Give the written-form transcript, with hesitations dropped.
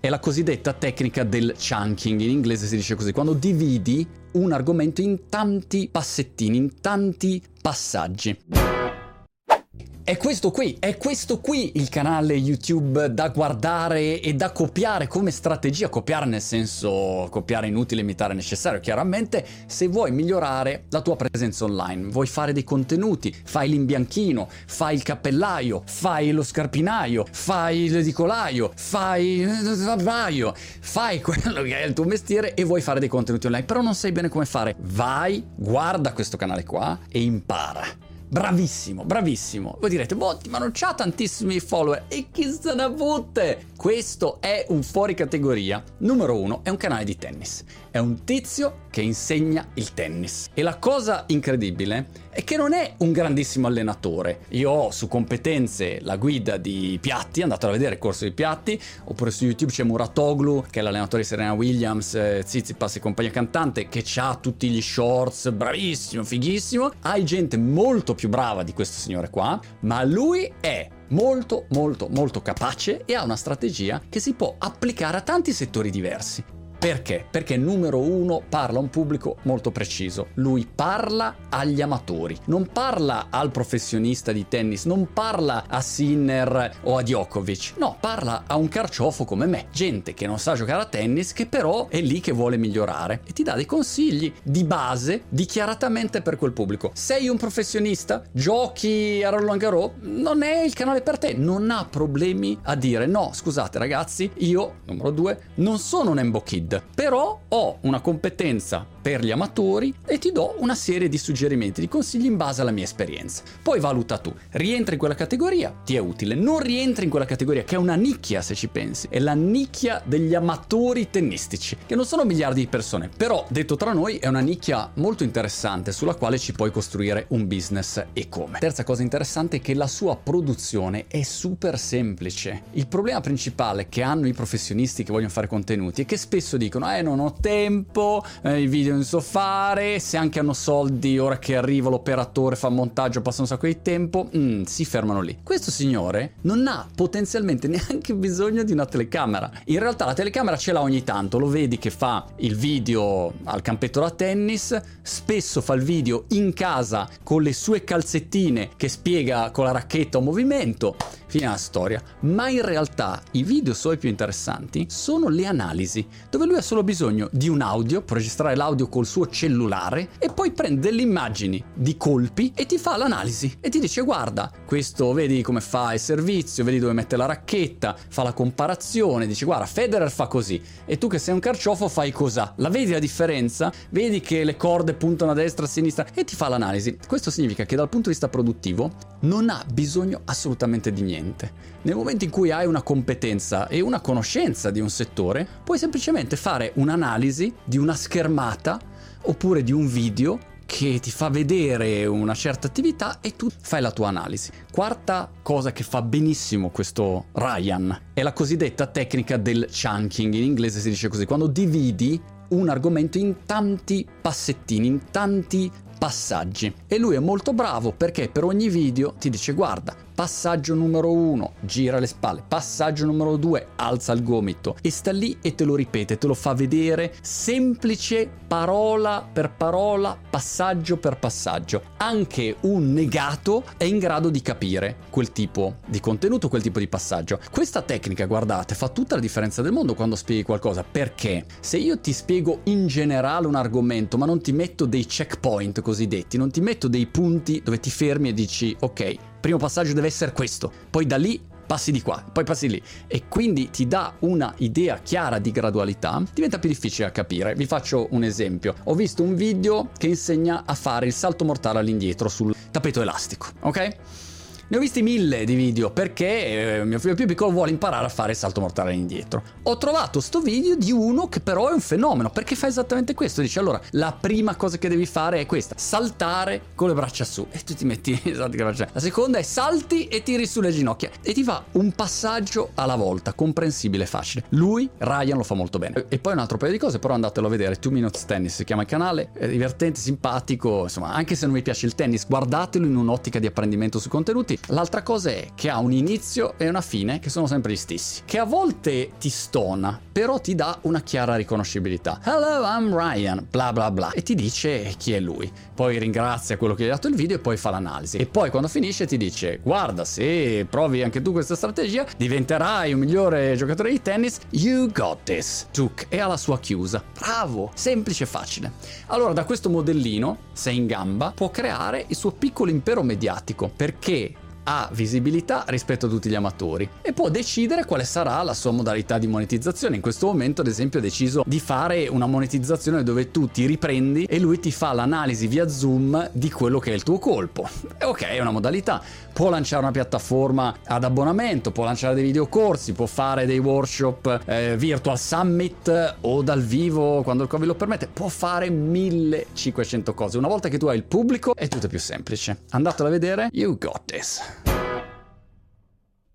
È la cosiddetta tecnica del chunking, in inglese si dice così, quando dividi un argomento in tanti passettini, in tanti passaggi. È questo qui il canale YouTube da guardare e da copiare come strategia, copiare nel senso copiare inutile, imitare necessario, chiaramente, se vuoi migliorare la tua presenza online, vuoi fare dei contenuti, fai l'imbianchino, fai il cappellaio, fai lo scarpinaio, fai l'edicolaio, fai quello che è il tuo mestiere e vuoi fare dei contenuti online, però non sai bene come fare, vai, guarda questo canale qua e impara. Bravissimo, bravissimo. Voi direte, ma non c'ha tantissimi follower. E chi se ne fotte? Questo è un fuori categoria. Numero 1, è un canale di tennis. È un tizio che insegna il tennis. E la cosa incredibile è che non è un grandissimo allenatore. Io ho su competenze la guida di Piatti, andate a vedere il corso di Piatti, oppure su YouTube c'è Muratoglu, che è l'allenatore di Serena Williams, Tsitsipas e compagnia cantante, che ha tutti gli shorts, bravissimo, fighissimo. Hai gente molto più brava di questo signore qua, ma lui è molto capace e ha una strategia che si può applicare a tanti settori diversi. Perché? Perché numero 1 parla a un pubblico molto preciso. Lui parla agli amatori, non parla al professionista di tennis, non parla a Sinner o a Djokovic, no, parla a un carciofo come me, gente che non sa giocare a tennis, che però è lì che vuole migliorare e ti dà dei consigli di base dichiaratamente per quel pubblico. Sei un professionista? Giochi a Roland Garros? Non è il canale per te, non ha problemi a dire no, scusate ragazzi, io, numero 2, non sono un Embo Kid, però ho una competenza per gli amatori e ti do una serie di suggerimenti, di consigli in base alla mia esperienza. Poi valuta tu, rientri in quella categoria, ti è utile, non rientri in quella categoria che è una nicchia, se ci pensi, è la nicchia degli amatori tennistici, che non sono miliardi di persone, però detto tra noi è una nicchia molto interessante sulla quale ci puoi costruire un business e come. Terza cosa interessante è che la sua produzione è super semplice. Il problema principale che hanno i professionisti che vogliono fare contenuti è che spesso dicono non ho tempo, i video non so fare, se anche hanno soldi ora che arriva l'operatore, fa montaggio, passa un sacco di tempo, si fermano lì. Questo signore non ha potenzialmente neanche bisogno di una telecamera. In realtà la telecamera ce l'ha ogni tanto, lo vedi che fa il video al campetto da tennis, spesso fa il video in casa con le sue calzettine che spiega con la racchetta un movimento, fine la storia. Ma in realtà i video suoi più interessanti sono le analisi, dove lui ha solo bisogno di un audio, può registrare l'audio col suo cellulare e poi prende delle immagini di colpi e ti fa l'analisi e ti dice guarda, questo vedi come fa il servizio, vedi dove mette la racchetta, fa la comparazione, dice guarda Federer fa così e tu che sei un carciofo fai cos'ha, la vedi la differenza? Vedi che le corde puntano a destra, a sinistra e ti fa l'analisi. Questo significa che dal punto di vista produttivo non ha bisogno assolutamente di niente. Nel momento in cui hai una competenza e una conoscenza di un settore, puoi semplicemente fare un'analisi di una schermata oppure di un video che ti fa vedere una certa attività e tu fai la tua analisi. Quarta cosa che fa benissimo questo Ryan è la cosiddetta tecnica del chunking, in inglese si dice così, quando dividi un argomento in tanti passettini, in tanti passaggi. E lui è molto bravo perché per ogni video ti dice guarda, passaggio numero 1 gira le spalle, passaggio numero 2 alza il gomito, e sta lì e te lo ripete, te lo fa vedere semplice, parola per parola, passaggio per passaggio. Anche un negato è in grado di capire quel tipo di contenuto, quel tipo di passaggio. Questa tecnica, guardate, fa tutta la differenza del mondo quando spieghi qualcosa, perché se io ti spiego in generale un argomento ma non ti metto dei checkpoint cosiddetti, non ti metto dei punti dove ti fermi e dici ok, primo passaggio deve essere questo, poi da lì passi di qua, poi passi lì, e quindi ti dà una idea chiara di gradualità, diventa più difficile da capire. Vi faccio un esempio. Ho visto un video che insegna a fare il salto mortale all'indietro sul tappeto elastico, ok? Ne ho visti 1000 di video perché mio figlio più piccolo vuole imparare a fare il salto mortale indietro. Ho trovato sto video di uno che però è un fenomeno, perché fa esattamente questo. Dice allora, la prima cosa che devi fare è questa: saltare con le braccia su, e tu ti metti esatto, la seconda è salti e tiri sulle ginocchia, e ti fa un passaggio alla volta, comprensibile, facile. Lui, Ryan, lo fa molto bene. E poi un altro paio di cose, però andatelo a vedere, 2 Minutes Tennis si chiama il canale, è divertente, simpatico, insomma, anche se non vi piace il tennis, guardatelo in un'ottica di apprendimento sui contenuti. tutti. L'altra cosa è che ha un inizio e una fine che sono sempre gli stessi, che a volte ti stona, però ti dà una chiara riconoscibilità. Hello, I'm Ryan, bla bla bla, e ti dice chi è lui. Poi ringrazia quello che gli ha dato il video e poi fa l'analisi. E poi quando finisce ti dice: guarda, se provi anche tu questa strategia diventerai un migliore giocatore di tennis. You got this. Tuc, e alla sua chiusa. Bravo, semplice e facile. Allora da questo modellino, se è in gamba, può creare il suo piccolo impero mediatico, perché ha visibilità rispetto a tutti gli amatori e può decidere quale sarà la sua modalità di monetizzazione. In questo momento, ad esempio, ha deciso di fare una monetizzazione dove tu ti riprendi e lui ti fa l'analisi via Zoom di quello che è il tuo colpo. Ok, è una modalità. Può lanciare una piattaforma ad abbonamento, può lanciare dei videocorsi, può fare dei workshop virtual summit o dal vivo quando il Covid lo permette. Può fare 1500 cose. Una volta che tu hai il pubblico è tutto più semplice. Andatelo a vedere. You got this.